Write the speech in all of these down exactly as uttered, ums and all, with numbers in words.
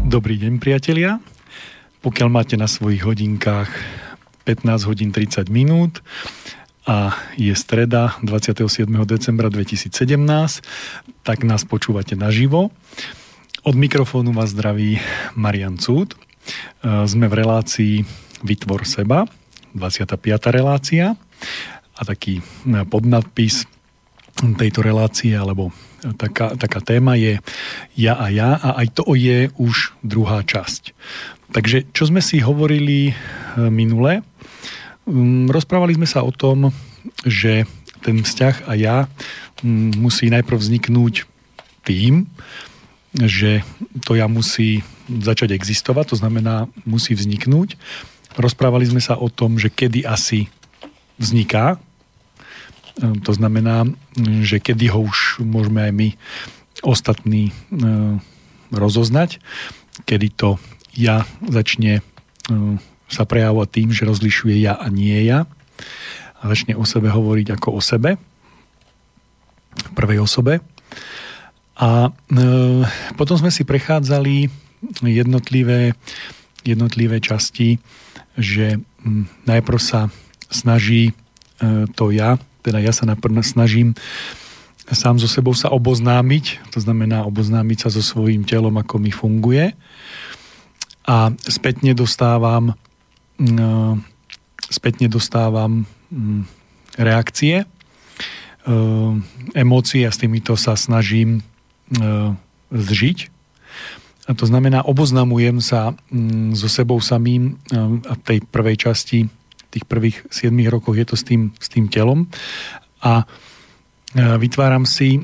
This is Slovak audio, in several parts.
Dobrý deň, priatelia. Pokiaľ máte na svojich hodinkách pätnásť hodín tridsať minút a je streda dvadsiateho siedmeho decembra dvetisícsedemnásť, tak nás počúvate naživo. Od mikrofónu vás zdraví Marian Cúd. Sme v relácii Vytvor seba, dvadsiata piata relácia, a taký podnadpis tejto relácie, alebo taká, taká téma je Ja a ja, a aj to je už druhá časť. Takže čo sme si hovorili minule? Rozprávali sme sa o tom, že ten vzťah a ja musí najprv vzniknúť tým, že to ja musí začať existovať, to znamená musí vzniknúť. Rozprávali sme sa o tom, že kedy asi vzniká. To znamená, že kedy ho už môžeme aj my ostatní rozoznať, kedy to ja začne sa prejavovať tým, že rozlišuje ja a nie ja a začne o sebe hovoriť ako o sebe v prvej osobe. A potom sme si prechádzali jednotlivé, jednotlivé časti, že najprv sa snaží to ja, teda ja sa najprv snažím sám so sebou sa oboznámiť, to znamená oboznámiť sa so svojím telom, ako mi funguje, a spätne dostávam spätne dostávam reakcie, emócie, a s týmito sa snažím zžiť. A to znamená, oboznamujem sa so sebou samým, a v tej prvej časti tých prvých siedmich rokoch je to s tým, s tým telom, a vytváram si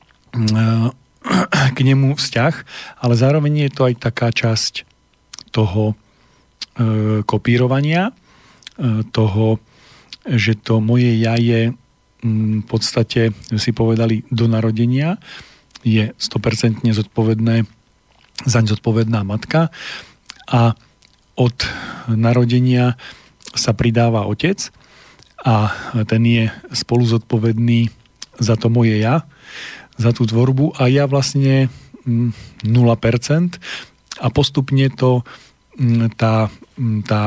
k nemu vzťah, ale zároveň je to aj taká časť toho kopírovania, toho, že to moje ja je v podstate, si povedali, do narodenia, je sto percent zodpovedné, zaň zodpovedná matka, a od narodenia sa pridáva otec a ten je spolu zodpovedný za to moje ja, za tú tvorbu, a ja vlastne nula percent, a postupne to tá, tá,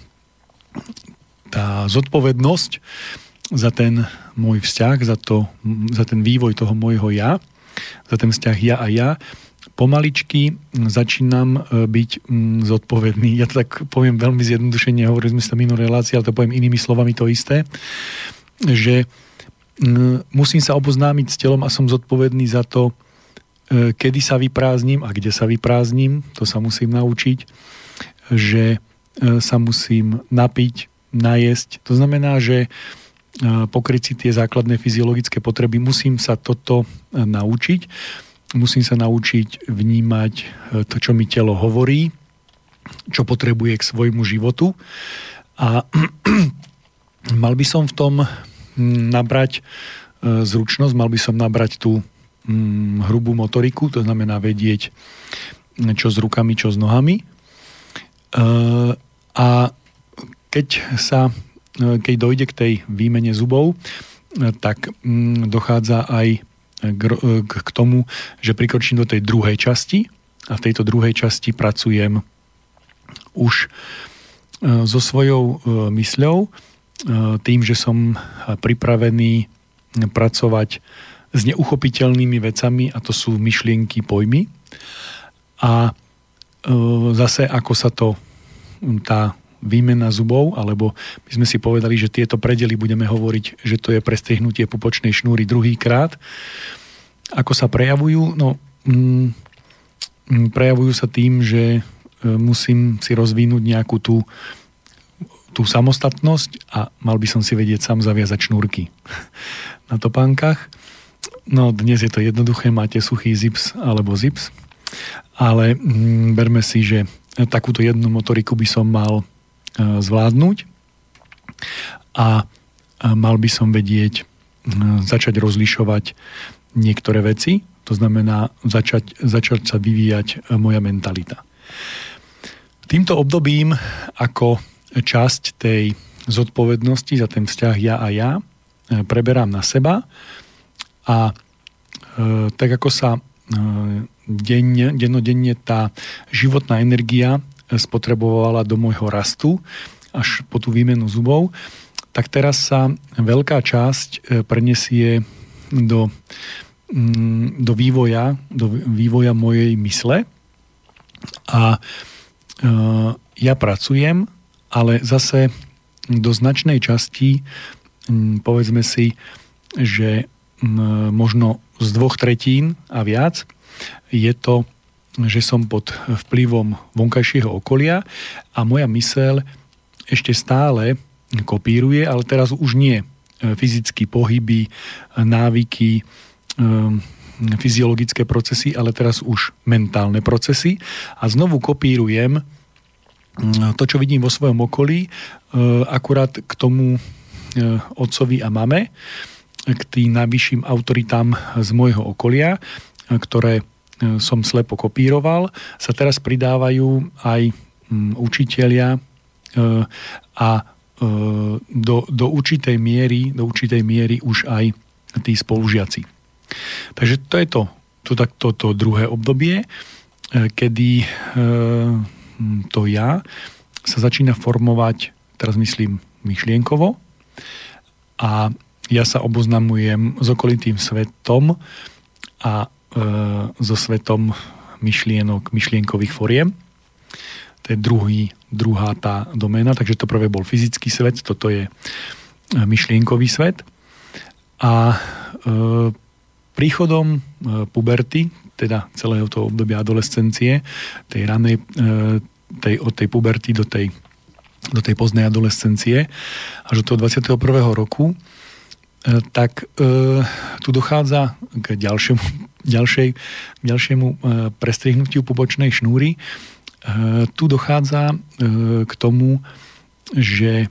tá zodpovednosť za ten môj vzťah, za, to, za ten vývoj toho môjho ja, za ten vzťah ja a ja, pomaličky začínam byť zodpovedný. Ja to tak poviem veľmi zjednodušene, hovorili sme sa minulé relácie, ale to poviem inými slovami to isté, že musím sa oboznámiť s telom a som zodpovedný za to, kedy sa vyprázdnim a kde sa vyprázdnim. To sa musím naučiť, že sa musím napiť, najesť. To znamená, že pokryť si tie základné fyziologické potreby, musím sa toto naučiť. Musím sa naučiť vnímať to, čo mi telo hovorí, čo potrebuje k svojmu životu, a mal by som v tom nabrať zručnosť, mal by som nabrať tú hrubú motoriku, to znamená vedieť, čo s rukami, čo s nohami. A keď sa, keď dojde k tej výmene zubov, tak dochádza aj k tomu, že prikročím do tej druhej časti, a v tejto druhej časti pracujem už so svojou mysľou, tým, že som pripravený pracovať s neuchopiteľnými vecami, a to sú myšlienky, pojmy. A zase ako sa to tá výmena zubov, alebo my sme si povedali, že tieto predely budeme hovoriť, že to je prestrihnutie pupočnej šnúry druhýkrát. Ako sa prejavujú? No, mm, prejavujú sa tým, že musím si rozvinúť nejakú tú, tú samostatnosť, a mal by som si vedieť sám zaviazať šnúrky na topánkach. No, dnes je to jednoduché, máte suchý zips alebo zips, ale mm, berme si, že takúto jednu motoriku by som mal zvládnuť, a mal by som vedieť začať rozlišovať niektoré veci, to znamená začať, začať sa vyvíjať moja mentalita. Týmto obdobím ako časť tej zodpovednosti za ten vzťah ja a ja preberám na seba, a e, tak ako sa e, deň, dennodenne tá životná energia spotrebovala do môjho rastu až po tú výmenu zubov, tak teraz sa veľká časť prenesie do, do vývoja, do vývoja mojej mysle a ja pracujem, ale zase do značnej časti, povedzme si, že možno z dvoch tretín a viac je to, že som pod vplyvom vonkajšieho okolia a moja myseľ ešte stále kopíruje, ale teraz už nie fyzické pohyby, návyky, fyziologické procesy, ale teraz už mentálne procesy a znovu kopírujem to, čo vidím vo svojom okolí, akurát k tomu otcovi a mame, k tým najvyšším autoritám z môjho okolia, ktoré som slepo kopíroval, sa teraz pridávajú aj učitelia a do, do určitej miery, do určitej miery už aj tí spolužiaci. Takže to je to, to, to, to druhé obdobie, kedy to ja sa začína formovať, teraz myslím myšlienkovo, a ja sa oboznamujem s okolitým svetom a e, so svetom myšlienok, myšlienkových foriem. To je druhý, druhá tá doména, takže to prvé bol fyzický svet, toto je myšlienkový svet. A e, príchodom e, puberty, teda celého toho obdobia adolescencie, tej ranej, e, tej, od tej puberty do tej do tej pozdnej adolescencie až do toho dvadsiateho prvého roku, tak e, tu dochádza k ďalšiemu, ďalšej, ďalšiemu e, prestrihnutiu pubočnej šnúry. E, tu dochádza e, k tomu, že e,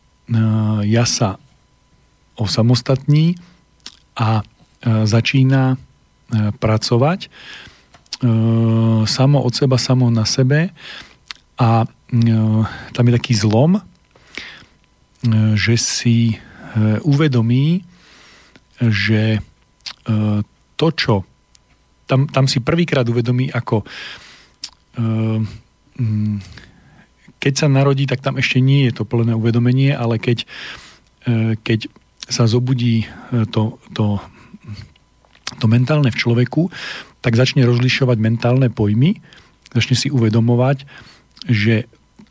ja sa osamostatní a e, začína e, pracovať e, samo od seba, samo na sebe a tam je taký zlom, že si uvedomí, že to, čo tam, tam si prvýkrát uvedomí, ako keď sa narodí, tak tam ešte nie je to plné uvedomenie, ale keď, keď sa zobudí to, to, to mentálne v človeku, tak začne rozlišovať mentálne pojmy, začne si uvedomovať, že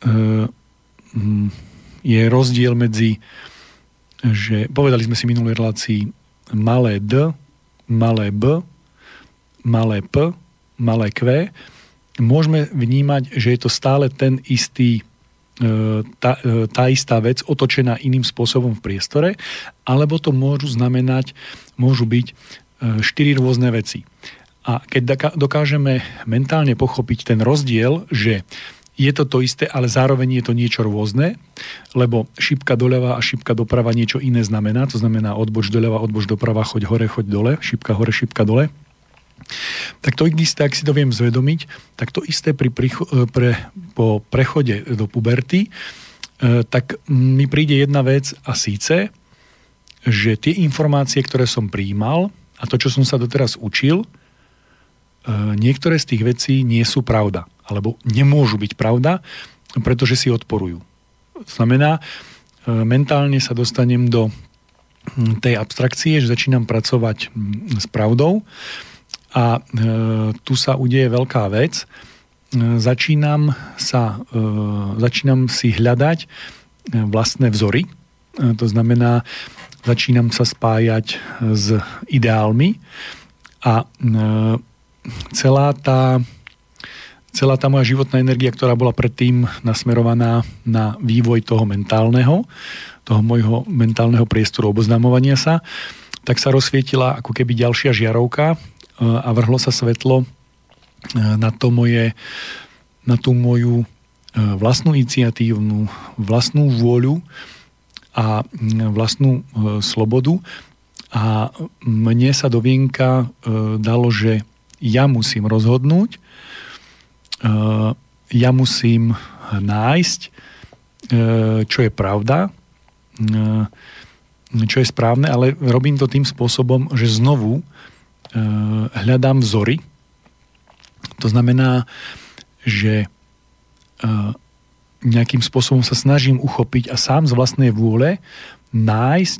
je rozdiel medzi, že povedali sme si v minulej relácii malé D, malé B, malé P, malé Q. Môžeme vnímať, že je to stále ten istý, tá, tá istá vec otočená iným spôsobom v priestore, alebo to môžu znamenať, môžu byť štyri rôzne veci. A keď dokážeme mentálne pochopiť ten rozdiel, že je to to isté, ale zároveň je to niečo rôzne, lebo šipka doľava a šipka doprava niečo iné znamená, to znamená odboč doľava, odboč doprava, choď hore, choď dole, šipka hore, šipka dole. Tak to isté, ak si to viem zvedomiť, tak to isté pri pricho- pre, po prechode do puberty, tak mi príde jedna vec a síce, že tie informácie, ktoré som prijímal a to, čo som sa doteraz učil, niektoré z tých vecí nie sú pravda. Alebo nemôžu byť pravda, pretože si odporujú. To znamená, mentálne sa dostanem do tej abstrakcie, že začínam pracovať s pravdou a tu sa udeje veľká vec. Začínam sa, začínam si hľadať vlastné vzory. To znamená, začínam sa spájať s ideálmi a celá tá Celá tá moja životná energia, ktorá bola predtým nasmerovaná na vývoj toho mentálneho, toho môjho mentálneho priestoru oboznamovania sa, tak sa rozsvietila ako keby ďalšia žiarovka a vrhlo sa svetlo na to moje, na tú moju vlastnú iniciatívnu, vlastnú vôľu a vlastnú slobodu. A mne sa do vienka dalo, že ja musím rozhodnúť, ja musím nájsť, čo je pravda, čo je správne, ale robím to tým spôsobom, že znovu hľadám vzory To znamená, že nejakým spôsobom sa snažím uchopiť a sám z vlastnej vôle nájsť,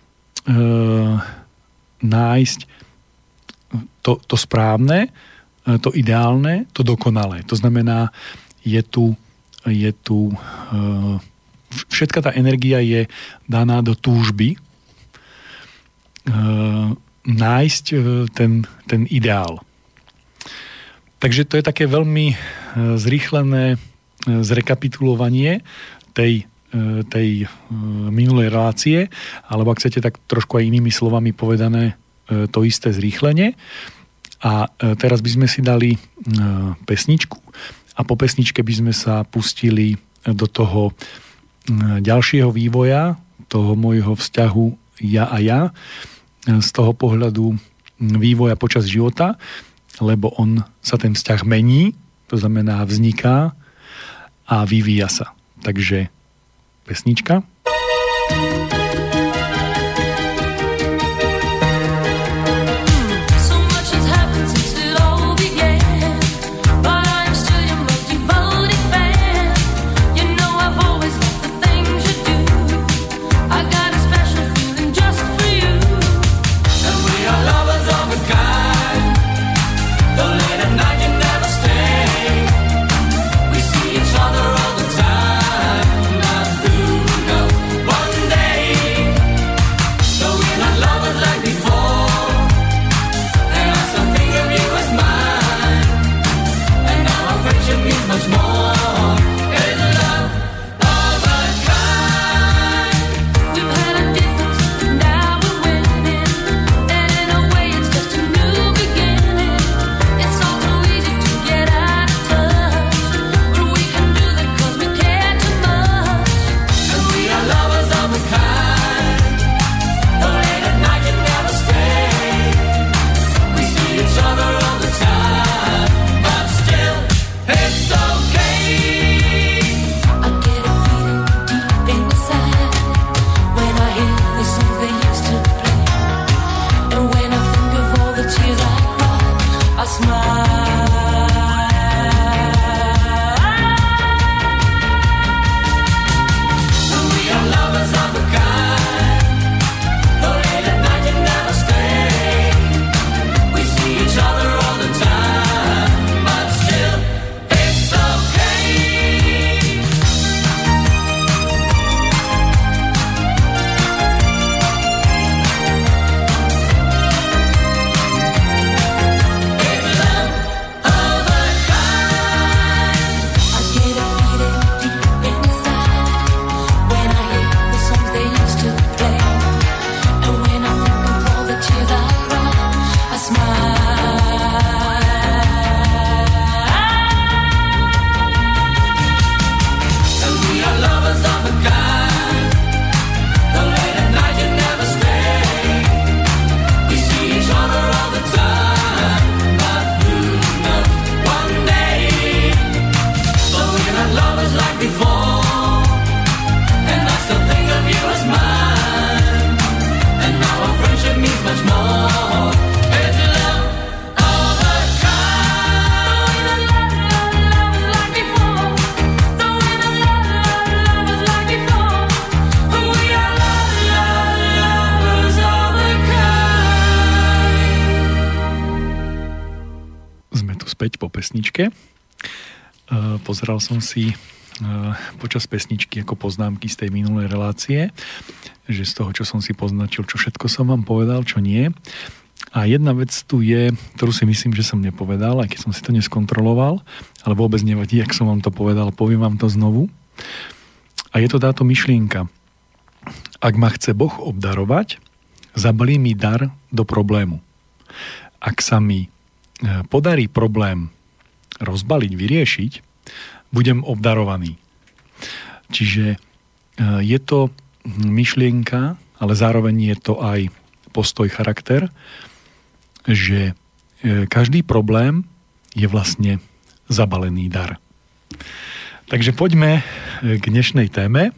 nájsť to, to správne, to ideálne, to dokonalé. To znamená, je tu, je tu všetka tá energia je daná do túžby nájsť ten, ten ideál. Takže to je také veľmi zrýchlené zrekapitulovanie tej, tej minulej relácie, alebo ak chcete, tak trošku aj inými slovami povedané to isté zrýchlenie. A teraz by sme si dali pesničku a po pesničke by sme sa pustili do toho ďalšieho vývoja, toho môjho vzťahu ja a ja, z toho pohľadu vývoja počas života, lebo on sa ten vzťah mení, to znamená vzniká a vyvíja sa. Takže pesnička. Pesničke. Pozeral som si počas pesničky ako poznámky z tej minulej relácie, že z toho, čo som si poznačil, čo všetko som vám povedal, čo nie. A jedna vec tu je, ktorú si myslím, že som nepovedal, aj keď som si to neskontroloval, ale vôbec nevadí, ak som vám to povedal, poviem vám to znovu. A je to táto myšlienka. Ak ma chce Boh obdarovať, zabalí mi dar do problému. Ak sa mi podarí problém rozbaliť, vyriešiť, budem obdarovaný. Čiže je to myšlienka, ale zároveň je to aj postoj, charakter, že každý problém je vlastne zabalený dar. Takže poďme k dnešnej téme.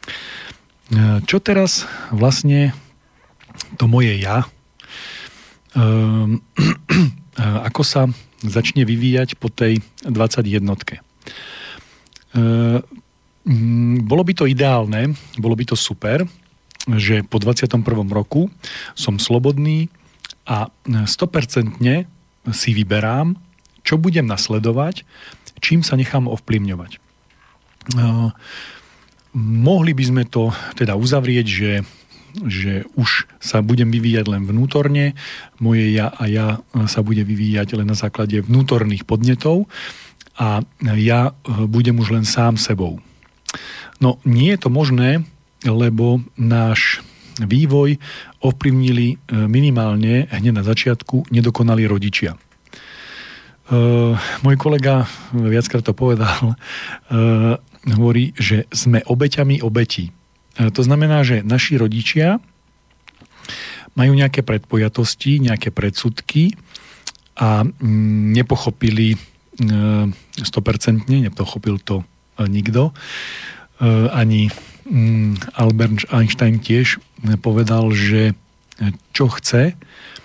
Čo teraz vlastne to moje ja, ako sa začne vyvíjať po tej dvadsaťjednotke. Bolo by to ideálne, bolo by to super, že po dvadsiatom prvom roku som slobodný a sto percent si vyberám, čo budem nasledovať, čím sa nechám ovplyvňovať. Mohli by sme to teda uzavrieť, že že už sa budem vyvíjať len vnútorne, moje ja a ja sa bude vyvíjať len na základe vnútorných podnetov a ja budem už len sám sebou. No nie je to možné, lebo náš vývoj ovplyvnili minimálne hneď na začiatku nedokonalí rodičia. Uh, môj kolega viackrát to povedal, uh, hovorí, že sme obeťami obetí. To znamená, že naši rodičia majú nejaké predpojatosti, nejaké predsudky a nepochopili sto percent, nepochopil to nikto. Ani Albert Einstein tiež povedal, že čo chce,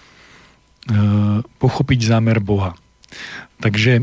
pochopiť zámer Boha. Takže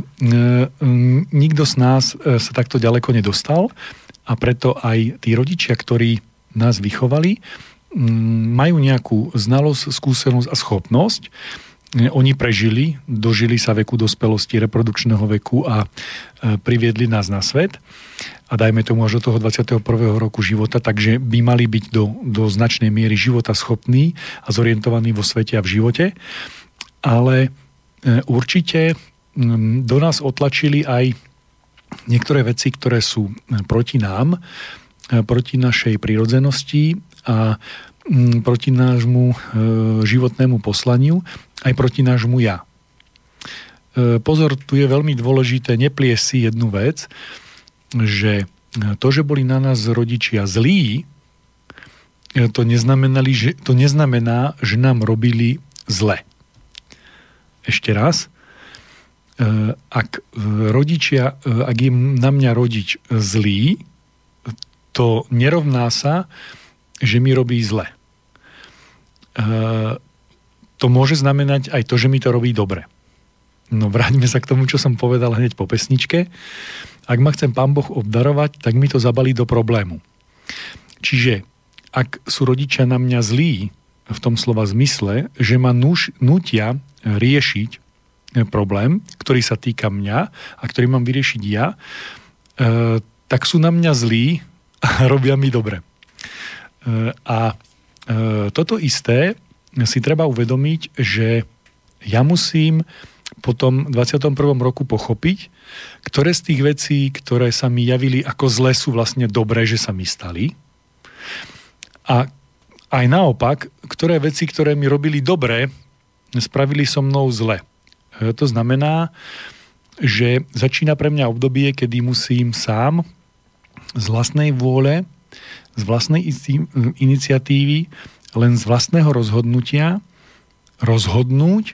nikto z nás sa takto ďaleko nedostal. A preto aj tí rodičia, ktorí nás vychovali, majú nejakú znalosť, skúsenosť a schopnosť. Oni prežili, dožili sa veku dospelosti, reprodukčného veku a priviedli nás na svet. A dajme tomu až do toho dvadsiateho prvého roku života, takže by mali byť do, do značnej miery života schopní a zorientovaní vo svete a v živote. Ale určite do nás otlačili aj niektoré veci, ktoré sú proti nám, proti našej prirodzenosti a proti nášmu životnému poslaniu, aj proti nášmu ja. Pozor, tu je veľmi dôležité, neplieš si jednu vec, že to, že boli na nás rodičia zlí, to, neznamenali, že, to neznamená, že nám robili zle. Ešte raz. Ak rodičia, ak je na mňa rodič zlý, to nerovná sa, že mi robí zle. To môže znamenať aj to, že mi to robí dobre. No vráťme sa k tomu, čo som povedal hneď po pesničke. Ak ma chcem Pán Boh obdarovať, tak mi to zabalí do problému. Čiže ak sú rodičia na mňa zlí, v tom slova zmysle, že ma nuž, nutia riešiť problém, ktorý sa týka mňa a ktorý mám vyriešiť ja, e, tak sú na mňa zlí a robia mi dobre. E, a e, toto isté si treba uvedomiť, že ja musím po tom dvadsiatom prvom roku pochopiť, ktoré z tých vecí, ktoré sa mi javili ako zlé, sú vlastne dobré, že sa mi stali. A aj naopak, ktoré veci, ktoré mi robili dobre, spravili so mnou zle. To znamená, že začína pre mňa obdobie, kedy musím sám z vlastnej vôle, z vlastnej iniciatívy, len z vlastného rozhodnutia rozhodnúť,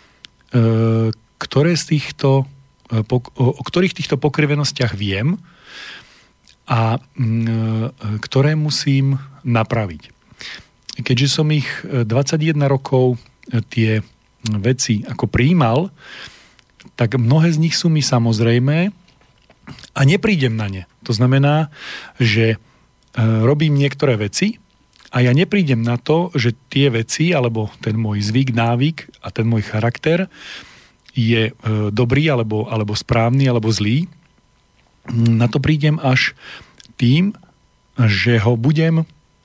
ktoré z týchto, o ktorých týchto pokrivenostiach viem a ktoré musím napraviť. Keďže som ich dvadsaťjeden rokov tie veci ako prijímal, tak mnohé z nich sú mi samozrejmé a neprídem na ne. To znamená, že robím niektoré veci a ja neprídem na to, že tie veci, alebo ten môj zvyk, návyk a ten môj charakter je dobrý, alebo, alebo správny, alebo zlý. Na to prídem až tým, že ho budem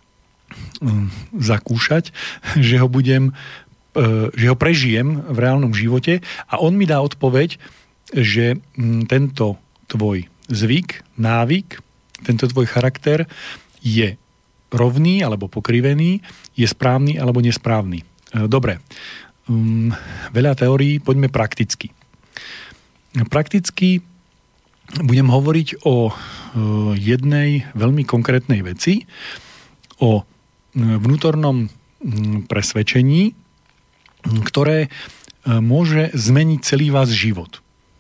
zakúšať, že ho budem že ho prežijem v reálnom živote a on mi dá odpoveď, že tento tvoj zvyk, návyk, tento tvoj charakter je rovný alebo pokrivený, je správny alebo nesprávny. Dobre, veľa teórií, poďme prakticky. Prakticky budem hovoriť o jednej veľmi konkrétnej veci, o vnútornom presvedčení, ktoré môže zmeniť celý váš život.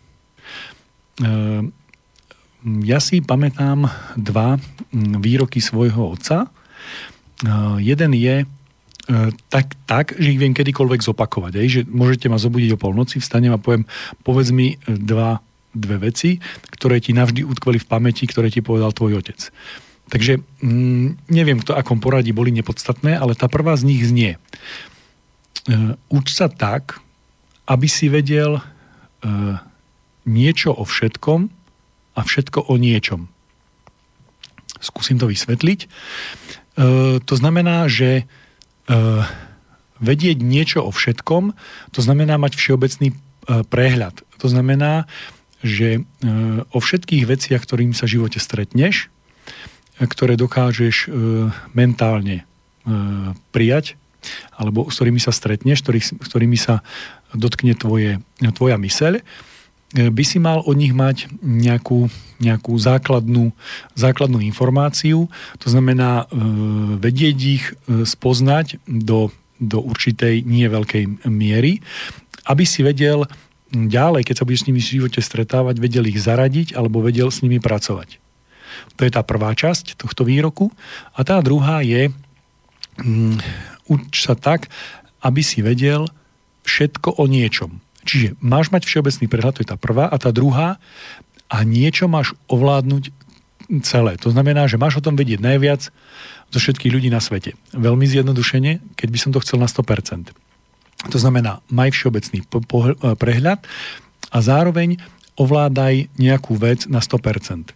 Ja si pamätám dva výroky svojho otca. Jeden je tak, tak, že ich viem kedykoľvek zopakovať. Aj? Že môžete ma zobudiť o polnoci, vstanem a poviem, povedz mi dva, dve veci, ktoré ti navždy utkveli v pamäti, ktoré ti povedal tvoj otec. Takže mm, neviem, v to akom poradí boli nepodstatné, ale tá prvá z nich znie. Uh, uč sa tak, aby si vedel uh, niečo o všetkom a všetko o niečom. Skúsim to vysvetliť. Uh, to znamená, že Uh, vedieť niečo o všetkom, to znamená mať všeobecný uh, prehľad. To znamená, že uh, o všetkých veciach, ktorým sa v živote stretneš, uh, ktoré dokážeš uh, mentálne uh, prijať, alebo s ktorými sa stretneš, ktorých, s ktorými sa dotkne tvoje, tvoja myseľ, uh, by si mal od nich mať nejakú, nejakú základnú, základnú informáciu, to znamená e, vedieť ich e, spoznať do, do určitej nie veľkej miery, aby si vedel ďalej, keď sa budeš s nimi v živote stretávať, vedel ich zaradiť alebo vedel s nimi pracovať. To je tá prvá časť tohto výroku. A tá druhá je um, uč sa tak, aby si vedel všetko o niečom. Čiže máš mať všeobecný prehľad, to je tá prvá, a tá druhá, a niečo máš ovládnuť celé. To znamená, že máš o tom vedieť najviac zo všetkých ľudí na svete. Veľmi zjednodušene, keď by som to chcel na sto percent. To znamená, maj všeobecný prehľad a zároveň ovládaj nejakú vec na sto percent.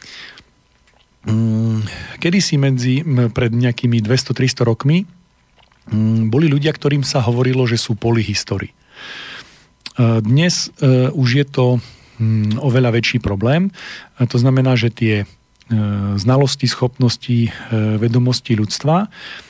Kedysi medzi, pred nejakými dvesto tristo rokmi boli ľudia, ktorým sa hovorilo, že sú polyhistori. Dnes už je to oveľa väčší problém. To znamená, že tie znalosti, schopnosti, vedomosti ľudstva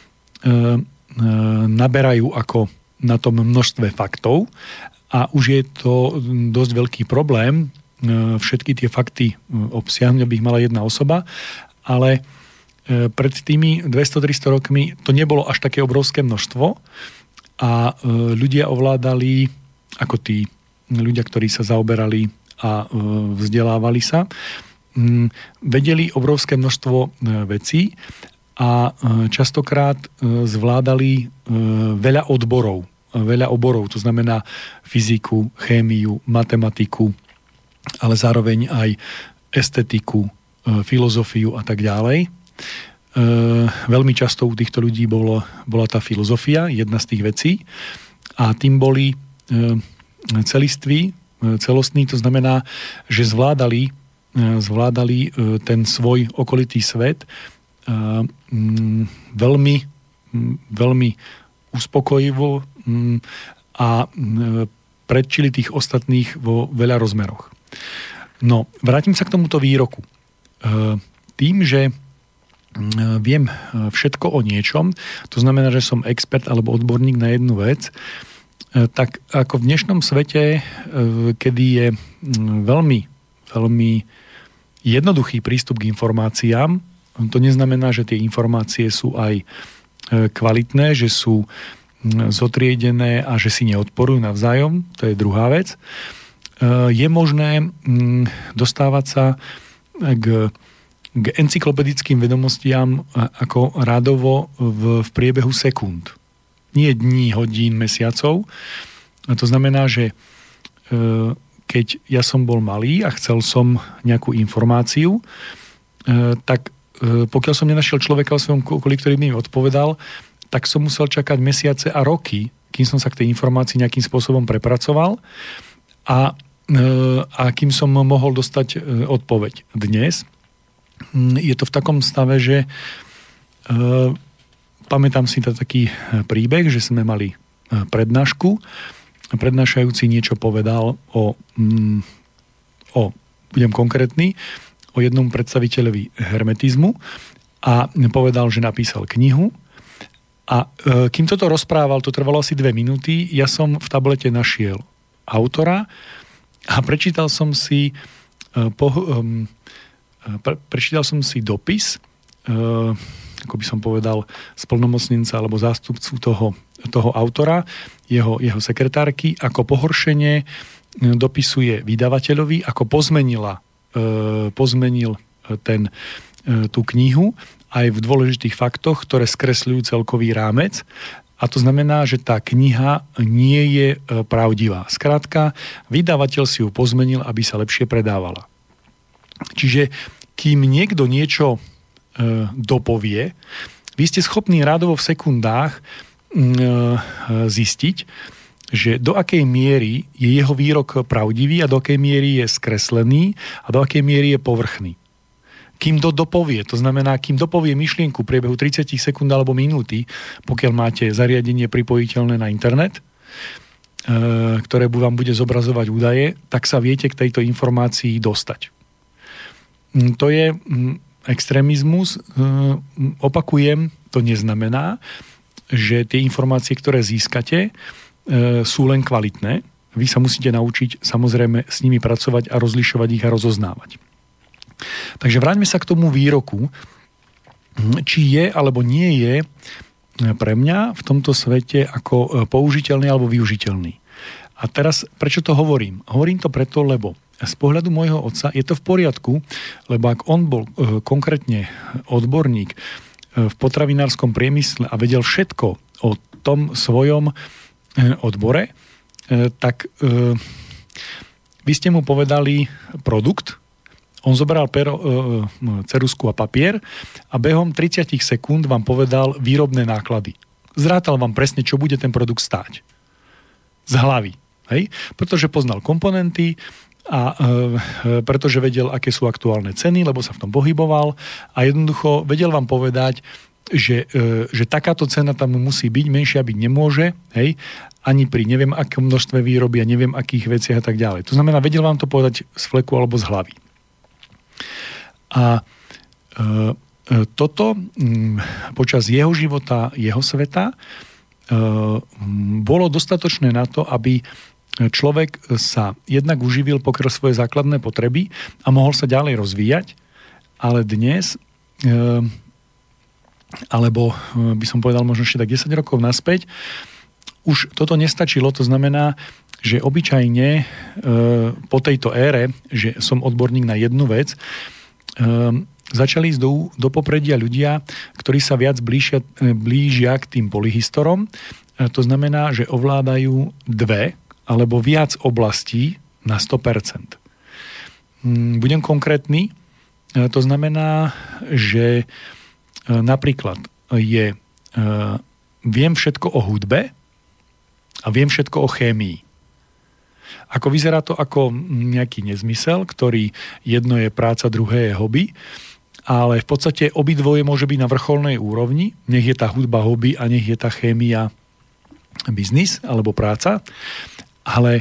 naberajú ako na tom množstve faktov a už je to dosť veľký problém. Všetky tie fakty obsiahnuť, aby ich mala jedna osoba, ale pred tými dvesto tristo rokmi to nebolo až také obrovské množstvo a ľudia ovládali, ako tí ľudia, ktorí sa zaoberali a vzdelávali sa, vedeli obrovské množstvo vecí a častokrát zvládali veľa odborov, veľa oborov, to znamená fyziku, chémiu, matematiku, ale zároveň aj estetiku, filozofiu a tak ďalej. Veľmi často u týchto ľudí bolo, bola tá filozofia, jedna z tých vecí, a tým boli celiství, celostní, to znamená, že zvládali, zvládali ten svoj okolitý svet veľmi, veľmi uspokojivo a predčili tých ostatných vo veľa rozmeroch. No, vrátim sa k tomuto výroku. Tým, že viem všetko o niečom, to znamená, že som expert alebo odborník na jednu vec, tak ako v dnešnom svete, kedy je veľmi, veľmi jednoduchý prístup k informáciám, to neznamená, že tie informácie sú aj kvalitné, že sú zotriedené a že si neodporujú navzájom, to je druhá vec. Je možné dostávať sa k, k encyklopedickým vedomostiam ako rádovo v, v priebehu sekúnd. Nie dní, hodín, mesiacov. A to znamená, že keď ja som bol malý a chcel som nejakú informáciu, tak pokiaľ som nenašiel človeka o svojom okolí, ktorý mi odpovedal, tak som musel čakať mesiace a roky, kým som sa k tej informácii nejakým spôsobom prepracoval a, a kým som mohol dostať odpoveď. Dnes je to v takom stave, že pamätám si to taký príbeh, že sme mali prednášku. Prednášajúci niečo povedal o, o, budem konkrétny, o jednom predstaviteľovi hermetizmu a povedal, že napísal knihu. A kým toto rozprával, to trvalo asi dve minúty, ja som v tablete našiel autora a prečítal som si po, pre, prečítal som si dopis, ako by som povedal, splnomocnenca alebo zástupcu toho, toho autora, jeho, jeho sekretárky, ako pohoršenie dopisuje vydavateľovi, ako pozmenila, pozmenil ten, tú knihu aj v dôležitých faktoch, ktoré skresľujú celkový rámec a to znamená, že tá kniha nie je pravdivá. Skrátka, vydavateľ si ju pozmenil, aby sa lepšie predávala. Čiže kým niekto niečo e, dopovie, vy ste schopní rádovo v sekundách e, zistiť, že do akej miery je jeho výrok pravdivý a do akej miery je skreslený a do akej miery je povrchný. Kým to dopovie, to znamená, kým dopovie myšlienku v priebehu tridsať sekúnd alebo minúty, pokiaľ máte zariadenie pripojiteľné na internet, e, ktoré vám bude zobrazovať údaje, tak sa viete k tejto informácii dostať. To je extrémizmus. Opakujem, to neznamená, že tie informácie, ktoré získate, sú len kvalitné. Vy sa musíte naučiť samozrejme s nimi pracovať a rozlišovať ich a rozoznávať. Takže vráťme sa k tomu výroku, či je alebo nie je pre mňa v tomto svete ako použiteľný alebo využiteľný. A teraz, prečo to hovorím? Hovorím to preto, lebo z pohľadu môjho otca je to v poriadku, lebo ak on bol e, konkrétne odborník e, v potravinárskom priemysle a vedel všetko o tom svojom e, odbore, e, tak e, vy ste mu povedali produkt, on zobral pero, e, ceruzku a papier a behom tridsať sekúnd vám povedal výrobné náklady. Zrátal vám presne, čo bude ten produkt stáť. Z hlavy. Hej? Pretože poznal komponenty, a e, pretože vedel, aké sú aktuálne ceny, lebo sa v tom pohyboval a jednoducho vedel vám povedať, že, e, že takáto cena tam musí byť, menšia byť nemôže, hej, ani pri neviem akom množstve výroby a neviem akých veciach a tak ďalej. To znamená, vedel vám to povedať z fleku alebo z hlavy. A e, toto m, počas jeho života, jeho sveta e, bolo dostatočné na to, aby človek sa jednak uživil, pokryl svoje základné potreby a mohol sa ďalej rozvíjať, ale dnes, e, alebo by som povedal možno ešte tak desať rokov naspäť, už toto nestačilo, to znamená, že obyčajne e, po tejto ére, že som odborník na jednu vec, e, začali ísť do, do popredia ľudia, ktorí sa viac blížia, blížia k tým polyhistorom, e, to znamená, že ovládajú dve alebo viac oblastí na sto percent. Budem konkrétny. To znamená, že napríklad je, viem všetko o hudbe a viem všetko o chémii. Ako vyzerá to ako nejaký nezmysel, ktorý jedno je práca, druhé je hobby, ale v podstate obidvoje môže byť na vrcholnej úrovni. Nech je tá hudba hobby a nech je tá chémia biznis alebo práca. Ale e,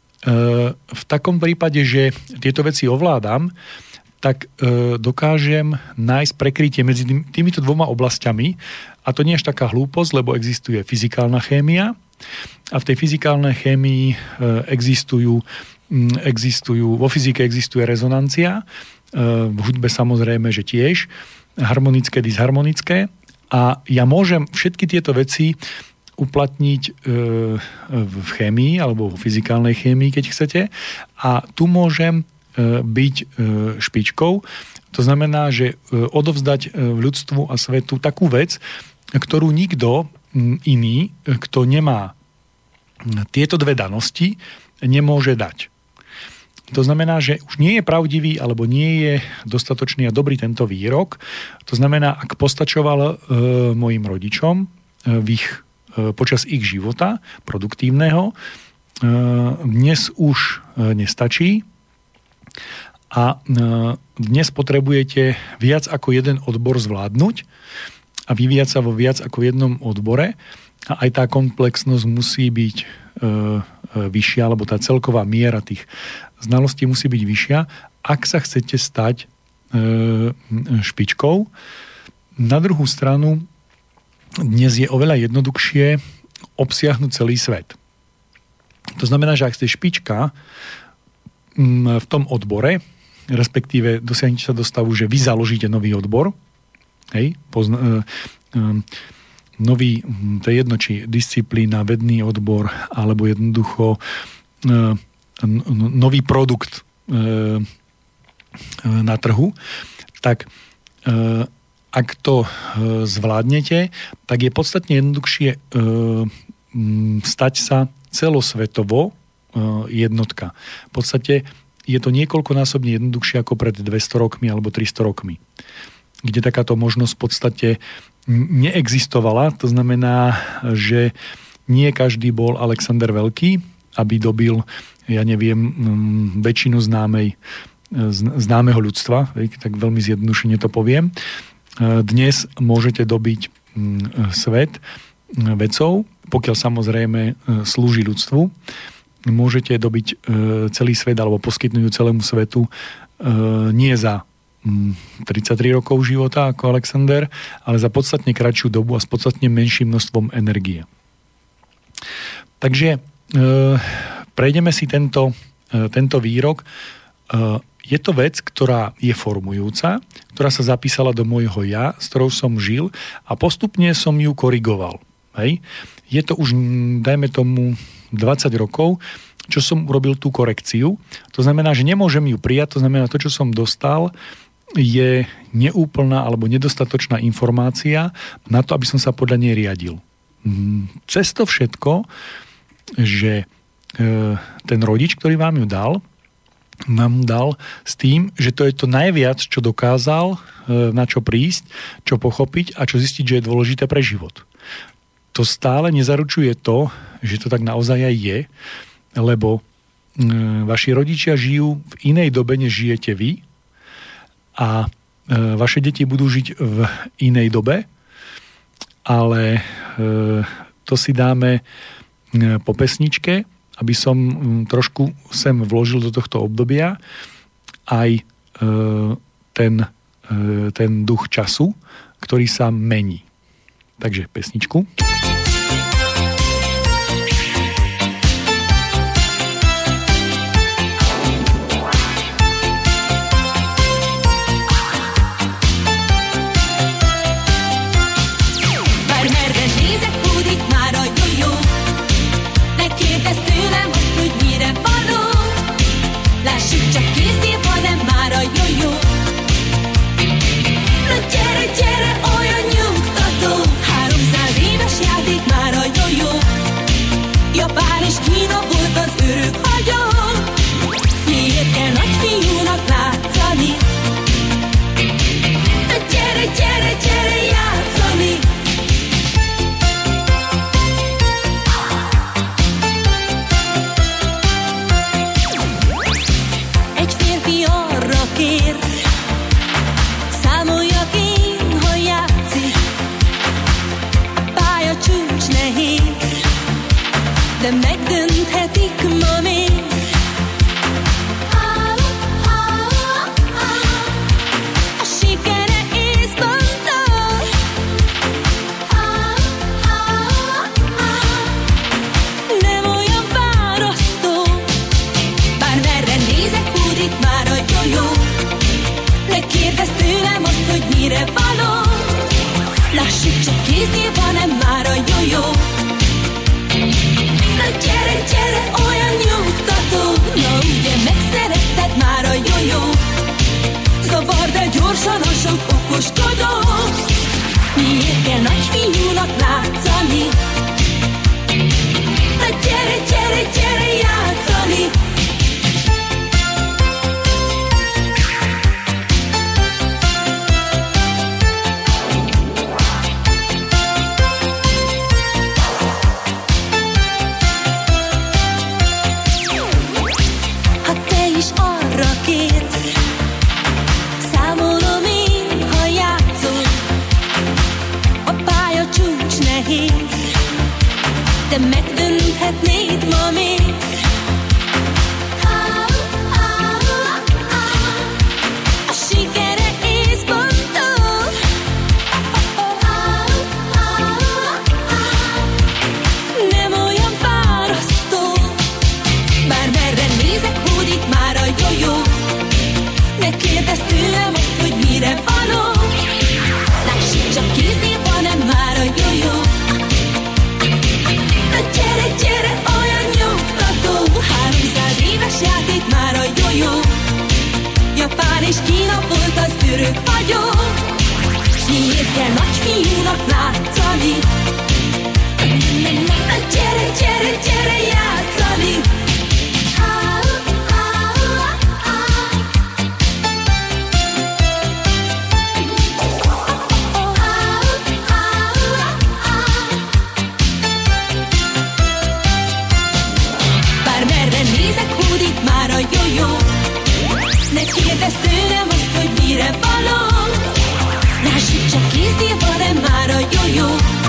v takom prípade, že tieto veci ovládam, tak e, dokážem nájsť prekrytie medzi tým, týmito dvoma oblastiami a to nie je až taká hlúposť, lebo existuje fyzikálna chémia a v tej fyzikálnej chémii e, existujú, m, existujú, vo fyzike existuje rezonancia, e, v hudbe samozrejme, že tiež, harmonické, disharmonické a ja môžem všetky tieto veci uplatniť v chémii alebo v fyzikálnej chémii, keď chcete. A tu môžem byť špičkou. To znamená, že odovzdať ľudstvu a svetu takú vec, ktorú nikto iný, kto nemá tieto dve danosti, nemôže dať. To znamená, že už nie je pravdivý alebo nie je dostatočný a dobrý tento výrok. To znamená, ak postačoval mojim rodičom v ich počas ich života produktívneho, dnes už nestačí a dnes potrebujete viac ako jeden odbor zvládnuť a vyvíjať sa vo viac ako jednom odbore a aj tá komplexnosť musí byť vyššia, alebo tá celková miera tých znalostí musí byť vyššia, ak sa chcete stať špičkou. Na druhú stranu dnes je oveľa jednoduchšie obsiahnuť celý svet. To znamená, že ak ste špička v tom odbore, respektíve dosiahnete sa do stavu, že vy založíte nový odbor, hej, pozna, nový, to je jedno, či disciplína, vedný odbor, alebo jednoducho nový produkt na trhu, tak ak to zvládnete, tak je podstatne jednoduchšie stať sa celosvetovo jednotka. V podstate je to niekoľkonásobne jednoduchšie ako pred dvesto rokmi alebo tristo rokmi, kde takáto možnosť v podstate neexistovala. To znamená, že nie každý bol Alexander Veľký, aby dobil, ja neviem, väčšinu známej, známeho ľudstva, tak veľmi zjednodušene to poviem. Dnes môžete dobiť svet vedcov, pokiaľ samozrejme slúži ľudstvu. Môžete dobiť celý svet alebo poskytnúť celému svetu nie za tridsaťtri rokov života ako Alexander, ale za podstatne kratšiu dobu a s podstatne menším množstvom energie. Takže prejdeme si tento, tento výrok. Je to vec, ktorá je formujúca, ktorá sa zapísala do môjho ja, s ktorou som žil a postupne som ju korigoval. Hej. Je to už, dajme tomu, dvadsať rokov, čo som urobil tú korekciu. To znamená, že nemôžem ju prijať, to znamená, to, čo som dostal, je neúplná alebo nedostatočná informácia na to, aby som sa podľa nej riadil. Cez to všetko, že ten rodič, ktorý vám ju dal, nám dal s tým, že to je to najviac, čo dokázal, na čo prísť, čo pochopiť a čo zistiť, že je dôležité pre život. To stále nezaručuje to, že to tak naozaj aj je, lebo vaši rodičia žijú v inej dobe, než žijete vy a vaše deti budú žiť v inej dobe, ale to si dáme po pesničke, aby som trošku sem vložil do tohto obdobia aj ten, ten duch času, ktorý sa mení. Takže pesničku. De megdönthetik ma még. A sikere észben tör. Nem olyan fárasztó. Bár merre nézek, hódít már a jojó. Ne kérdezz tőlem azt, hogy mire való. Lássuk, csak kéznél van-e már a jojó. Gyere, gyere, olyan nyugtató. Na ugye megszeretted már a jojó. Zavar, de gyorsan a sok okoskodó. Miért kell nagyfiúnak látszani? Na gyere, gyere, gyere játszani. Számolom én, ha játszol. A pálya csúcs nehéz, de megdönthetnéd ma még. A sikere észben tör. Nem olyan fárasztó. Bár merre nézek, hódít már a jojó. Ne kérdezz tőlem azt, hogy mire való. Lássuk, csak kéznél van-e már a jojó. Na gyere, gyere, olyan nyugtató. Háromszáz éves játék már a jojó. Japán és Kína volt az örök hagyó. Miért kell nagyfiúnak látszani? Gyere, gyere, gyere játszani! Bármerre nézek, hódít már a jó-jó. Ne kérdezz tőlem azt, hogy mire való. Lássuk csak, kézdivare már a jó-jó.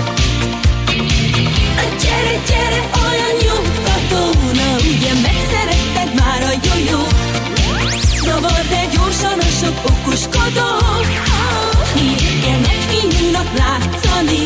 Gyere, gyere, olyan nyugtató. Na ugye megszeretted már a jó-jó. Zavar, de gyorsan a sok okoskodó. Miért kell nagyfiúnak látszani?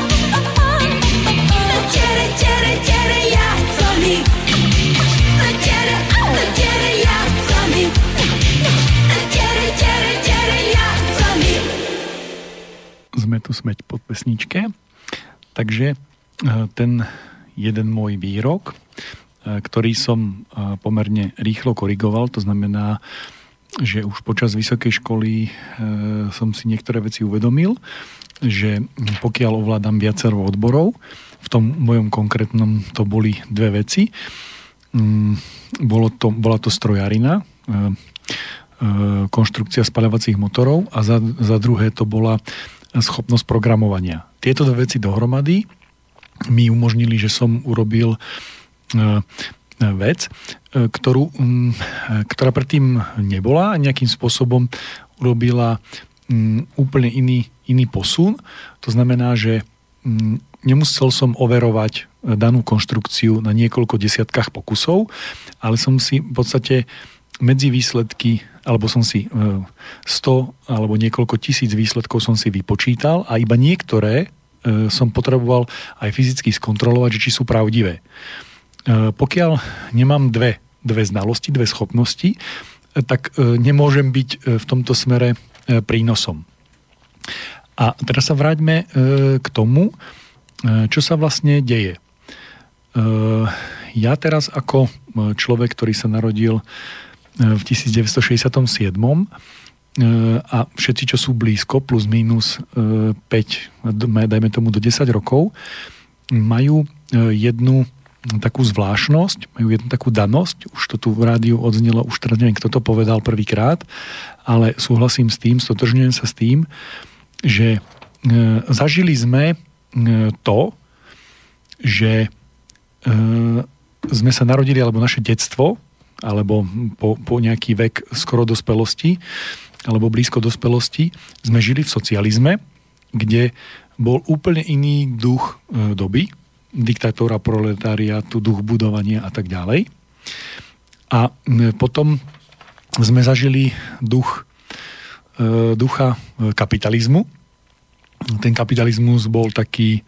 Gyere, gyere, gyere játszani! Gyere, gyere játszani! Gyere, gyere, gyere játszani! Sme tu smeť po pesničke. Takže ten jeden môj výrok, ktorý som pomerne rýchlo korigoval, to znamená, že už počas vysokej školy som si niektoré veci uvedomil, že pokiaľ ovládam viacero odborov, v tom mojom konkrétnom to boli dve veci. Bolo to, bola to strojarina, konštrukcia spaľovacích motorov a za, za druhé to bola schopnosť programovania. Tieto dve veci dohromady mi umožnili, že som urobil vec, ktorú, ktorá predtým nebola a nejakým spôsobom urobila úplne iný, iný posun. To znamená, že nemusel som overovať danú konštrukciu na niekoľko desiatkách pokusov, ale som si v podstate medzi výsledky, alebo som si sto alebo niekoľko tisíc výsledkov som si vypočítal a iba niektoré som potreboval aj fyzicky skontrolovať, či sú pravdivé. Pokiaľ nemám dve, dve znalosti, dve schopnosti, tak nemôžem byť v tomto smere prínosom. A teraz sa vráťme k tomu, čo sa vlastne deje. Ja teraz ako človek, ktorý sa narodil v devätnásťstošesťdesiatsedem a všetci, čo sú blízko, plus minus päť, dajme tomu do desať rokov, majú jednu takú zvláštnosť, majú jednu takú danosť, už to tu v rádiu odznelo, už teraz neviem, kto to povedal prvýkrát, ale súhlasím s tým, stotožňujem sa s tým, že zažili sme to, že sme sa narodili, alebo naše detstvo, alebo po, po nejaký vek skoro dospelosti, alebo blízko dospelosti, sme žili v socializme, kde bol úplne iný duch doby, diktatúra, proletariátu, duch budovania a tak ďalej. A potom sme zažili duch, ducha kapitalizmu. Ten kapitalizmus bol taký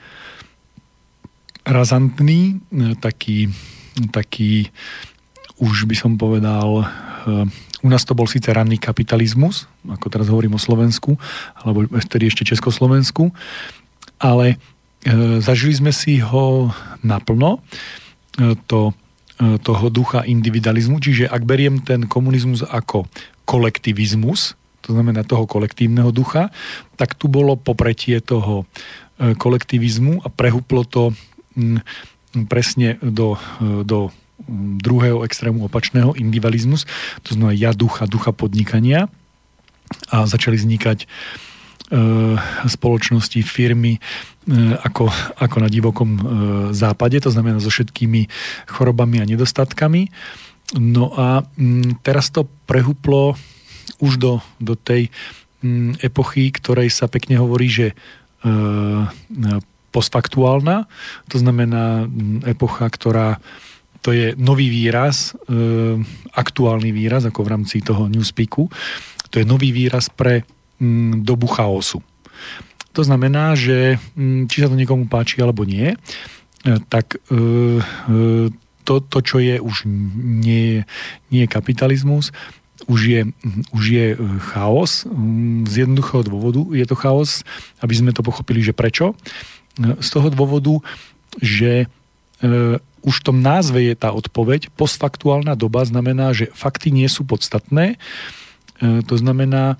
razantný, taký, taký už by som povedal, u nás to bol síce ranný kapitalizmus, ako teraz hovorím o Slovensku, alebo vtedy ešte Československu, ale e, zažili sme si ho naplno, e, to, e, toho ducha individualizmu, čiže ak beriem ten komunizmus ako kolektivizmus, to znamená toho kolektívneho ducha, tak tu bolo popretie toho e, kolektivizmu a prehúplo to m, presne do, e, do druhého extrému opačného, individualizmus, to znamená ja ducha, ducha podnikania a začali vznikať e, spoločnosti, firmy e, ako, ako na divokom e, západe, to znamená so všetkými chorobami a nedostatkami. No a m, teraz to prehúplo už do, do tej m, epochy, ktorej sa pekne hovorí, že e, postfaktuálna, to znamená m, epocha, ktorá to je nový výraz, e, aktuálny výraz, ako v rámci toho Newspeaku. To je nový výraz pre m, dobu chaosu. To znamená, že m, či sa to niekomu páči alebo nie, e, tak e, e, to, to, čo je, už nie, nie je kapitalizmus, už je, už je chaos. Z jednoduchého dôvodu je to chaos, aby sme to pochopili, že prečo. Z toho dôvodu, že e, už v tom názve je tá odpoveď. Postfaktuálna doba znamená, že fakty nie sú podstatné. E, to znamená,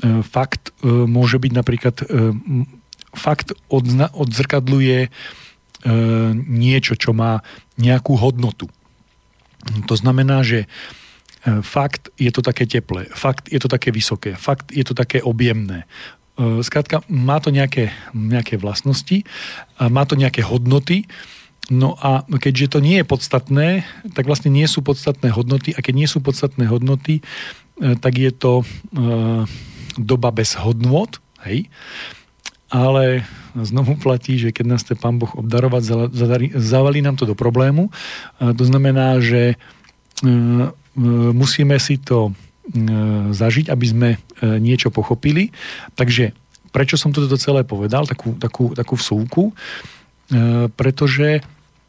fakt môže byť napríklad, fakt odzrkadľuje niečo, čo má nejakú hodnotu. To znamená, že fakt je to také teplé, fakt je to také vysoké, fakt je to také objemné. Skrátka, má to nejaké, nejaké vlastnosti, má to nejaké hodnoty, no a keďže to nie je podstatné, tak vlastne nie sú podstatné hodnoty, a keď nie sú podstatné hodnoty, tak je to doba bez hodnôt, hej. Ale znovu platí, že keď nás chce Pán Boh obdarovať, zavalí nám to do problému. To znamená, že musíme si to zažiť, aby sme niečo pochopili. Takže prečo som toto celé povedal, takú, takú, takú vsúvku? Pretože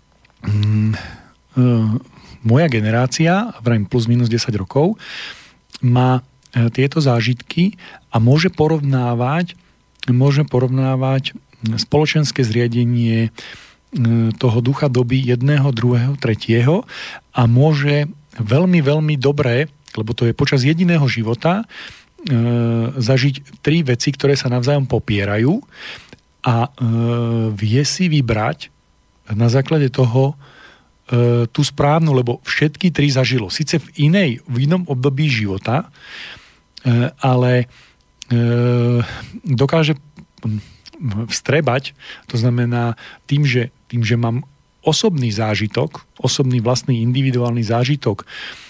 moja generácia, vrajím plus minus desať rokov, má tieto zážitky a môže porovnávať môže porovnávať spoločenské zriadenie toho ducha doby jedného, druhého, tretieho a môže veľmi, veľmi dobre, lebo to je počas jediného života, zažiť tri veci, ktoré sa navzájom popierajú a vie si vybrať na základe toho tú správnu, lebo všetky tri zažilo. Sice v inej, v inom období života, ale dokáže vstrebať, to znamená tým, že, tým, že mám osobný zážitok, osobný vlastný individuálny zážitok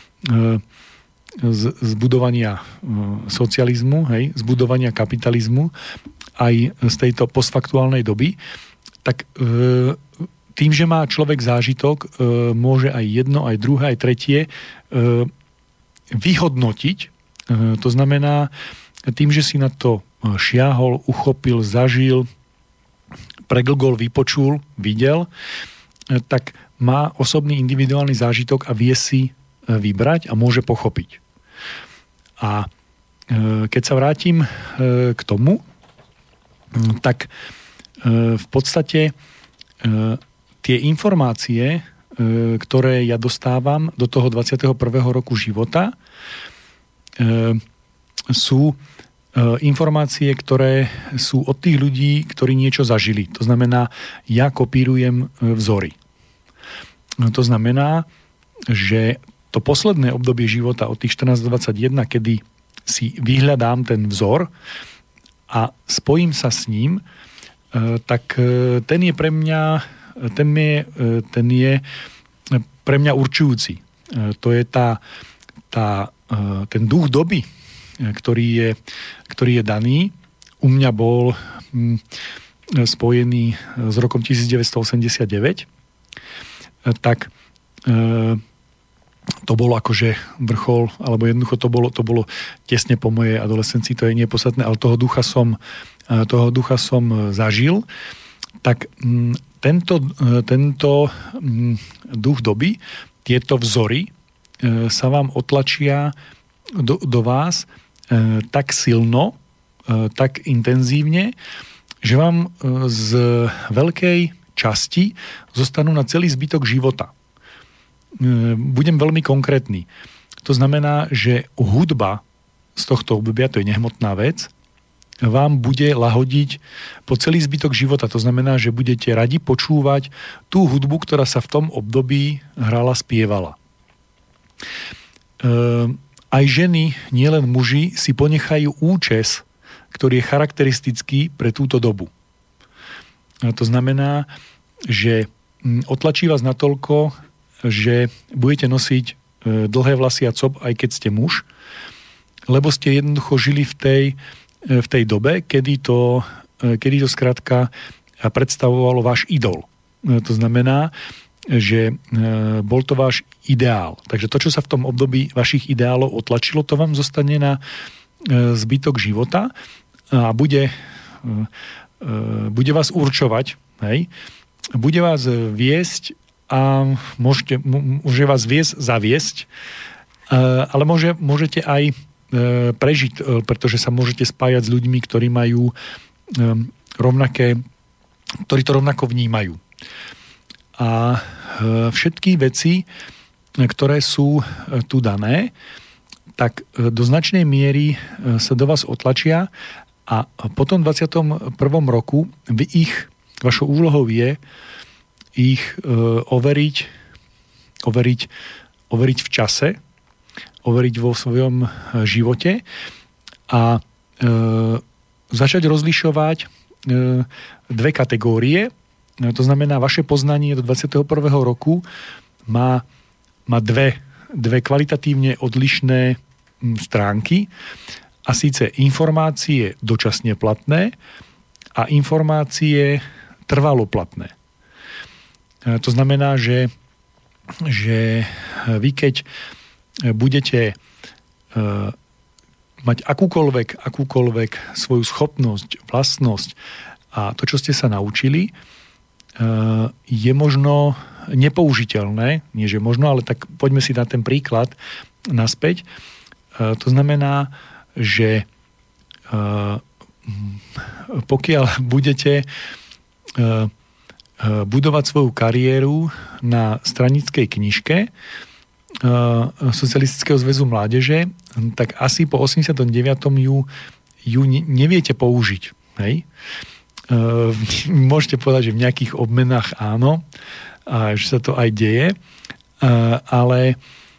z, z budovania socializmu, hej, z budovania kapitalizmu, aj z tejto postfaktuálnej doby, tak tým, že má človek zážitok, môže aj jedno, aj druhé, aj tretie vyhodnotiť. To znamená, tým, že si na to šiahol, uchopil, zažil, preglgol, vypočul, videl, tak má osobný individuálny zážitok a vie si vybrať a môže pochopiť. A keď sa vrátim k tomu, tak v podstate tie informácie, ktoré ja dostávam do toho dvadsiateho prvého roku života, sú informácie, ktoré sú od tých ľudí, ktorí niečo zažili. To znamená, ja kopírujem vzory. To znamená, že to posledné obdobie života od tých štrnásť do dvadsaťjeden, kedy si vyhľadám ten vzor a spojím sa s ním, tak ten je pre mňa, ten je, ten je pre mňa určujúci. To je tá, tá, ten duch doby, ktorý je, ktorý je daný. U mňa bol hm, spojený s rokom devätnásťstoosemdesiatdeväť. Tak e, to bolo akože vrchol, alebo jednoducho to bolo, to bolo tesne po mojej adolescencii, to je nepodstatné, ale toho ducha som, toho ducha som zažil. Tak hm, tento, tento hm, duch doby, tieto vzory e, sa vám otlačia do, do vás e, tak silno, e, tak intenzívne, že vám e, z veľkej časti zostanú na celý zbytok života. E, budem veľmi konkrétny. To znamená, že hudba z tohto obdobia, to je nehmotná vec, vám bude lahodiť po celý zbytok života. To znamená, že budete radi počúvať tú hudbu, ktorá sa v tom období hrala, spievala. E, aj ženy, nielen muži, si ponechajú účes, ktorý je charakteristický pre túto dobu. A to znamená, že otlačí vás natoľko, že budete nosiť dlhé vlasy a cop, aj keď ste muž, lebo ste jednoducho žili v tej, v tej dobe, kedy to, kedy to skrátka predstavovalo váš idol. To znamená, že bol to váš ideál. Takže to, čo sa v tom období vašich ideálov otlačilo, to vám zostane na zbytok života a bude, bude vás určovať, hej? Bude vás viesť a môžete, môže vás viesť, zaviesť, ale môže, môžete aj prežiť, pretože sa môžete spájať s ľuďmi, ktorí majú rovnaké, ktorí to rovnako vnímajú. A všetky veci, ktoré sú tu dané, tak do značnej miery sa do vás otlačia a po tom dvadsiatom prvom roku vy ich, vašou úlohou je ich overiť, overiť, overiť v čase, overiť vo svojom živote a e, začať rozlišovať e, dve kategórie. To znamená, vaše poznanie do dvadsiateho prvého roku má, má dve, dve kvalitatívne odlišné stránky, a síce informácie dočasne platné a informácie trvalo platné. E, to znamená, že, že vy keď budete uh, mať akúkoľvek, akúkoľvek svoju schopnosť, vlastnosť a to, čo ste sa naučili, uh, je možno nepoužiteľné, nie že možno, ale tak poďme si dať ten príklad naspäť. Uh, to znamená, že uh, pokiaľ budete uh, budovať svoju kariéru na stranickej knižke Socialistického zväzu mládeže, tak asi po osemdesiatom deviatom ju, ju neviete použiť. Hej? Môžete povedať, že v nejakých obmenách áno, a že sa to aj deje, ale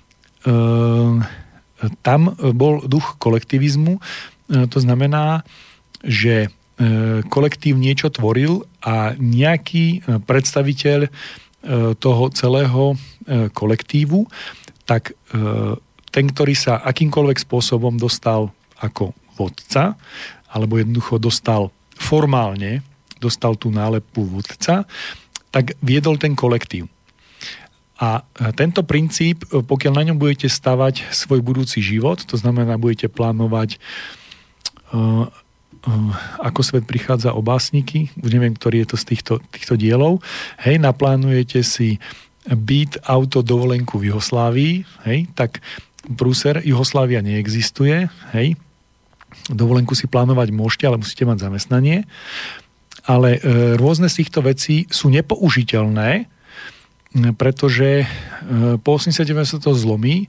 tam bol duch kolektivizmu. To znamená, že kolektív niečo tvoril a nejaký predstaviteľ toho celého kolektívu, tak ten, ktorý sa akýmkoľvek spôsobom dostal ako vodca, alebo jednoducho dostal formálne, dostal tú nálepku vodca, tak viedol ten kolektív. A tento princíp, pokiaľ na ňom budete stavať svoj budúci život, to znamená, budete plánovať ako svet prichádza o básniky, už neviem, ktorý je to z týchto, týchto dielov, hej, naplánujete si byt, auto, dovolenku v Juhoslávii, hej, tak prúser, Juhoslávia neexistuje, hej, dovolenku si plánovať môžete, ale musíte mať zamestnanie, ale e, rôzne z týchto vecí sú nepoužiteľné, pretože e, po osemdesiatdeväť sa to zlomí, e,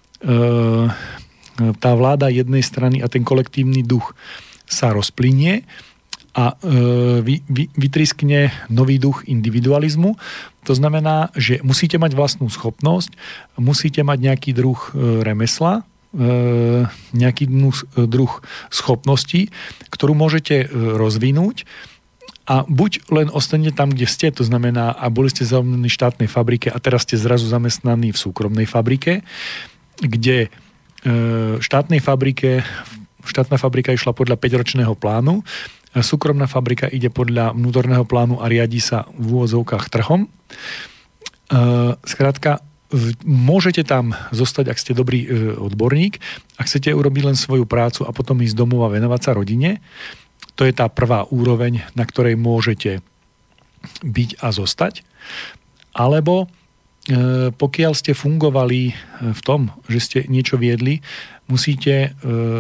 tá vláda jednej strany a ten kolektívny duch sa rozplynie a e, vy, vy, vytriskne nový duch individualizmu. To znamená, že musíte mať vlastnú schopnosť, musíte mať nejaký druh e, remesla, e, nejaký druh schopností, ktorú môžete e, rozvinúť a buď len ostanete tam, kde ste, to znamená, a boli ste zamestnaní v štátnej fabrike a teraz ste zrazu zamestnaní v súkromnej fabrike, kde e, štátnej fabrike štátna fabrika išla podľa päťročného plánu, súkromná fabrika ide podľa vnútorného plánu a riadi sa v úvodzovkách trhom. Skrátka, môžete tam zostať, ak ste dobrý odborník, ak chcete urobiť len svoju prácu a potom ísť domov a venovať sa rodine. To je tá prvá úroveň, na ktorej môžete byť a zostať. Alebo pokiaľ ste fungovali v tom, že ste niečo viedli, musíte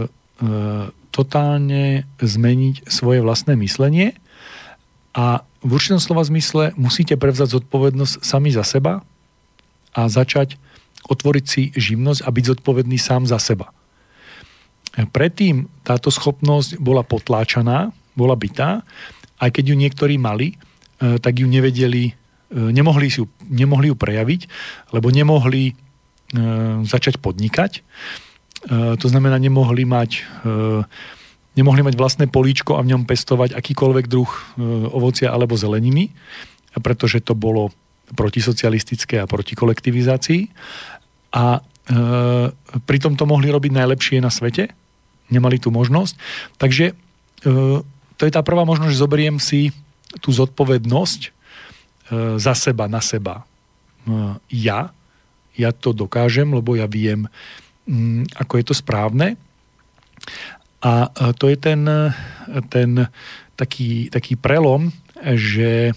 totálne zmeniť svoje vlastné myslenie a v určitom slova zmysle musíte prevzať zodpovednosť sami za seba a začať otvoriť si živnosť a byť zodpovedný sám za seba. Predtým táto schopnosť bola potláčaná, bola bitá, aj keď ju niektorí mali, tak ju nevedeli, nemohli ju, nemohli ju prejaviť, lebo nemohli začať podnikať. To znamená, nemohli mať, nemohli mať vlastné políčko a v ňom pestovať akýkoľvek druh ovocia alebo zeleniny, pretože to bolo protisocialistické a proti kolektivizácii. A e, pritom to mohli robiť najlepšie na svete. Nemali tú možnosť. Takže e, to je tá prvá možnosť, že zoberiem si tú zodpovednosť e, za seba, na seba. E, ja, ja to dokážem, lebo ja viem, ako je to správne. A to je ten, ten taký, taký prelom, že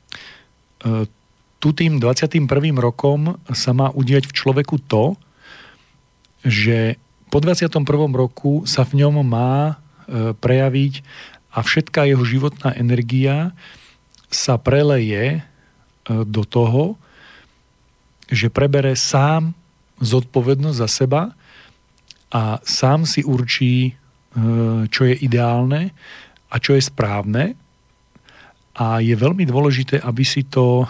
tu tým dvadsiatym prvým rokom sa má udiať v človeku to, že po dvadsiatom prvom roku sa v ňom má prejaviť a všetká jeho životná energia sa preleje do toho, že prebere sám zodpovednosť za seba a sám si určí, čo je ideálne a čo je správne. A je veľmi dôležité, aby si to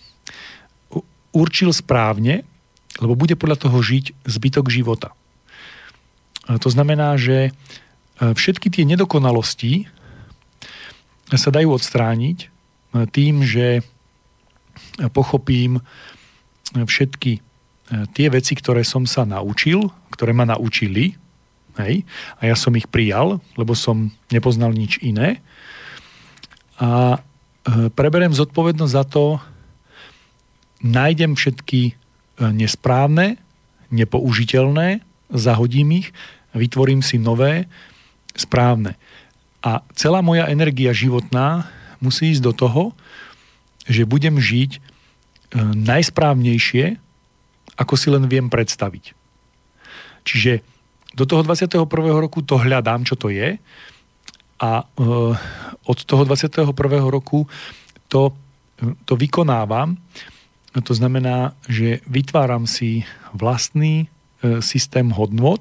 určil správne, lebo bude podľa toho žiť zbytok života. A to znamená, že všetky tie nedokonalosti sa dajú odstrániť tým, že pochopím všetky tie veci, ktoré som sa naučil, ktoré ma naučili, hej, a ja som ich prijal, lebo som nepoznal nič iné. A preberiem zodpovednosť za to, nájdem všetky nesprávne, nepoužiteľné, zahodím ich, vytvorím si nové, správne. A celá moja energia životná musí ísť do toho, že budem žiť najsprávnejšie, ako si len viem predstaviť. Čiže do toho dvadsiateho prvého roku to hľadám, čo to je, a od toho dvadsiateho prvého roku to, to vykonávam. To znamená, že vytváram si vlastný systém hodnôt,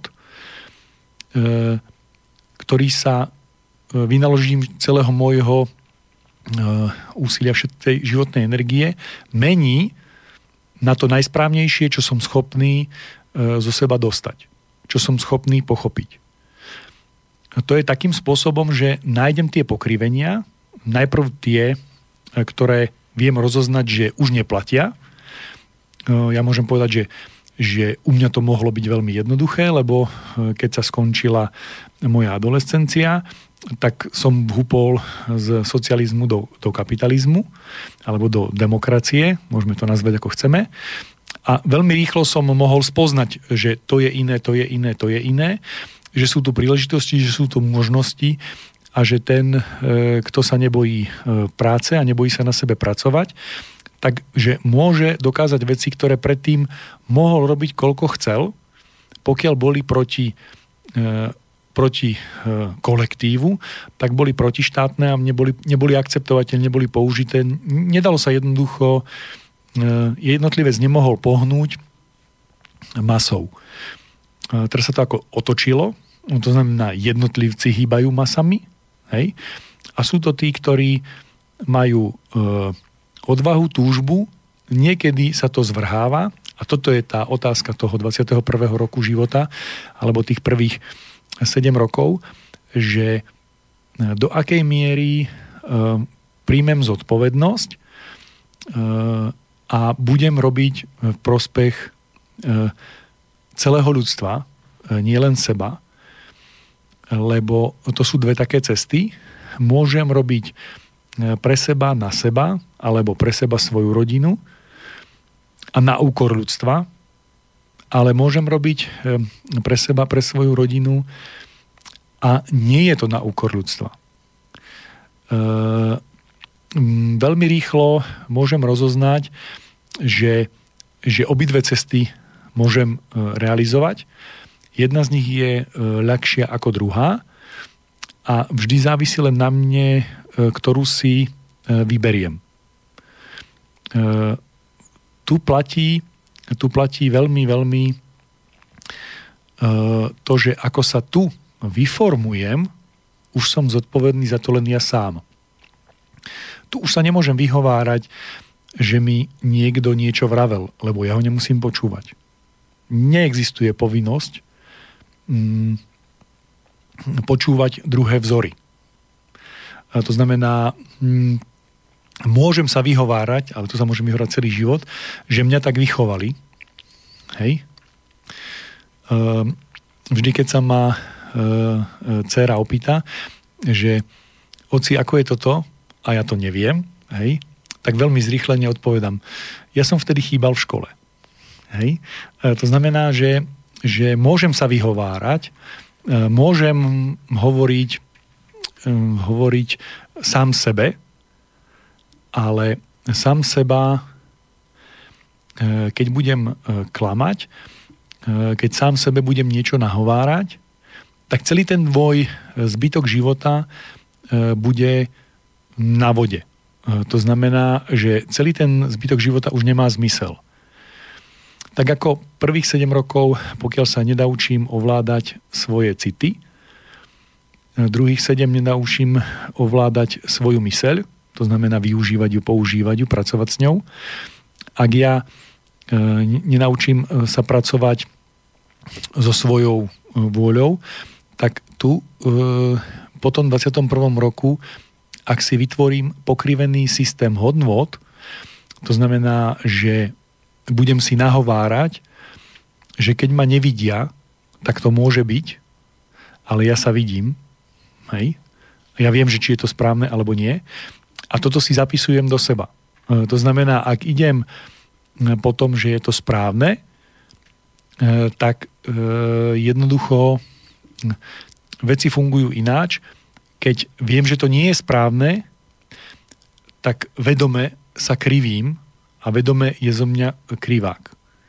ktorý sa vynaložením celého môjho úsilia všetkej životnej energie mení na to najsprávnejšie, čo som schopný zo seba dostať. Čo som schopný pochopiť. To je takým spôsobom, že nájdem tie pokrivenia, najprv tie, ktoré viem rozoznať, že už neplatia. Ja môžem povedať, že, že u mňa to mohlo byť veľmi jednoduché, lebo keď sa skončila moja adolescencia, tak som vhupol z socializmu do, do kapitalizmu alebo do demokracie, môžeme to nazvať ako chceme. A veľmi rýchlo som mohol spoznať, že to je iné, to je iné, to je iné, že sú tu príležitosti, že sú tu možnosti a že ten, kto sa nebojí práce a nebojí sa na sebe pracovať, takže môže dokázať veci, ktoré predtým mohol robiť koľko chcel, pokiaľ boli proti, proti kolektívu, tak boli protištátne a neboli, neboli akceptovateľné, neboli použité. Nedalo sa jednoducho, jednotlivec nemohol pohnúť masou. Teraz sa to ako otočilo, to znamená, jednotlivci hýbajú masami, hej? A sú to tí, ktorí majú e, odvahu, túžbu, niekedy sa to zvrháva a toto je tá otázka toho dvadsiateho prvého roku života alebo tých prvých sedem rokov, že do akej miery e, príjmem zodpovednosť e, a budem robiť v prospech e, celého ľudstva, nie len seba, lebo to sú dve také cesty. Môžem robiť pre seba, na seba, alebo pre seba svoju rodinu a na úkor ľudstva, ale môžem robiť pre seba, pre svoju rodinu a nie je to na úkor ľudstva. E, veľmi rýchlo môžem rozoznať, že, že obidve cesty môžem realizovať. Jedna z nich je ľahšia ako druhá a vždy závisí len na mne, ktorú si vyberiem. Tu platí, tu platí veľmi, veľmi to, že ako sa tu vyformujem, už som zodpovedný za to len ja sám. Tu už sa nemôžem vyhovárať, že mi niekto niečo vravel, lebo ja ho nemusím počúvať. Neexistuje povinnosť mm, počúvať druhé vzory. A to znamená, mm, môžem sa vyhovárať, ale to sa môžem vyhovárať celý život, že mňa tak vychovali. Hej? Ehm, vždy, keď sa ma e, dcéra opýta, že oci, ako je toto, a ja to neviem, hej, tak veľmi zrýchlene odpovedám. Ja som vtedy chýbal v škole. Hej. To znamená, že, že môžem sa vyhovárať, môžem hovoriť, hovoriť sám sebe, ale sám seba, keď budem klamať, keď sám sebe budem niečo nahovárať, tak celý ten dvoj zbytok života bude na vode. To znamená, že celý ten zbytok života už nemá zmysel. tak ako prvých sedem rokov, pokiaľ sa nedaučím ovládať svoje city, druhých sedem nenaučím ovládať svoju myseľ, to znamená využívať ju, používať ju, pracovať s ňou. Ak ja nenaučím sa pracovať so svojou vôľou, tak tu po tom dvadsiatom prvom roku, ak si vytvorím pokrivený systém hodnôt, to znamená, že budem si nahovárať, že keď ma nevidia, tak to môže byť, ale ja sa vidím, hej? Ja viem, že či je to správne alebo nie. A toto si zapisujem do seba. To znamená, ak idem po tom, že je to správne, tak jednoducho veci fungujú ináč. Keď viem, že to nie je správne, tak vedome sa krivím a vedome je zo mňa krivák.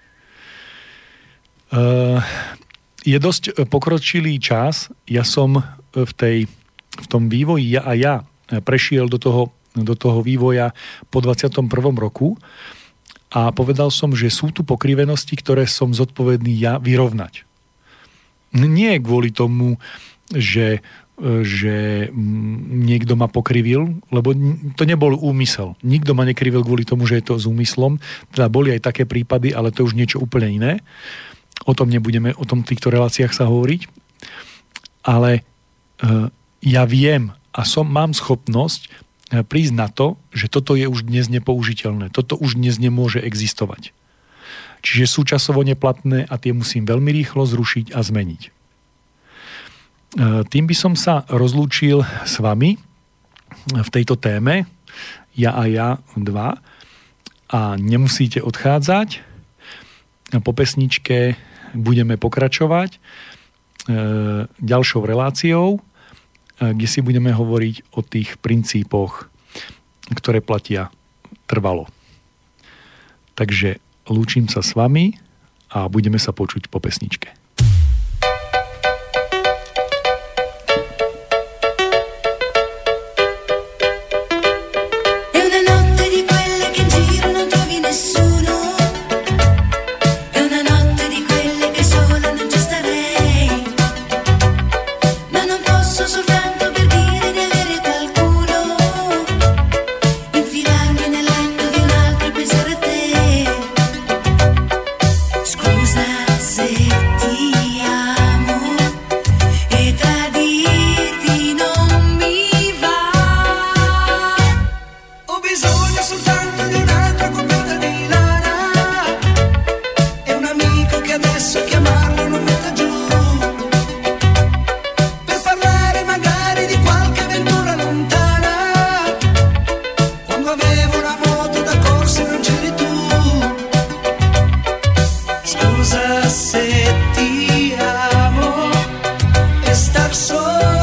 Je dosť pokročilý čas. Ja som v, tej, v tom vývoji ja a ja prešiel do toho, do toho vývoja po dvadsiatom prvom roku a povedal som, že sú tu pokrivenosti, ktoré som zodpovedný ja vyrovnať. Nie kvôli tomu, že, že niekto ma pokrivil, lebo to nebol úmysel. Nikto ma nekrivil kvôli tomu, že je to s úmyslom. Teda boli aj také prípady, ale to už niečo úplne iné. O tom nebudeme, o tom v týchto reláciách sa hovoriť. Ale ja viem a som, mám schopnosť prísť na to, že toto je už dnes nepoužiteľné. Toto už dnes nemôže existovať. Čiže sú časovo neplatné a tie musím veľmi rýchlo zrušiť a zmeniť. Tým by som sa rozlúčil s vami v tejto téme Ja a ja dva a nemusíte odchádzať. Po pesničke budeme pokračovať ďalšou reláciou, kde si budeme hovoriť o tých princípoch, ktoré platia trvalo. Takže lúčim sa s vami a budeme sa počuť po pesničke. Se ti amo, estar solo.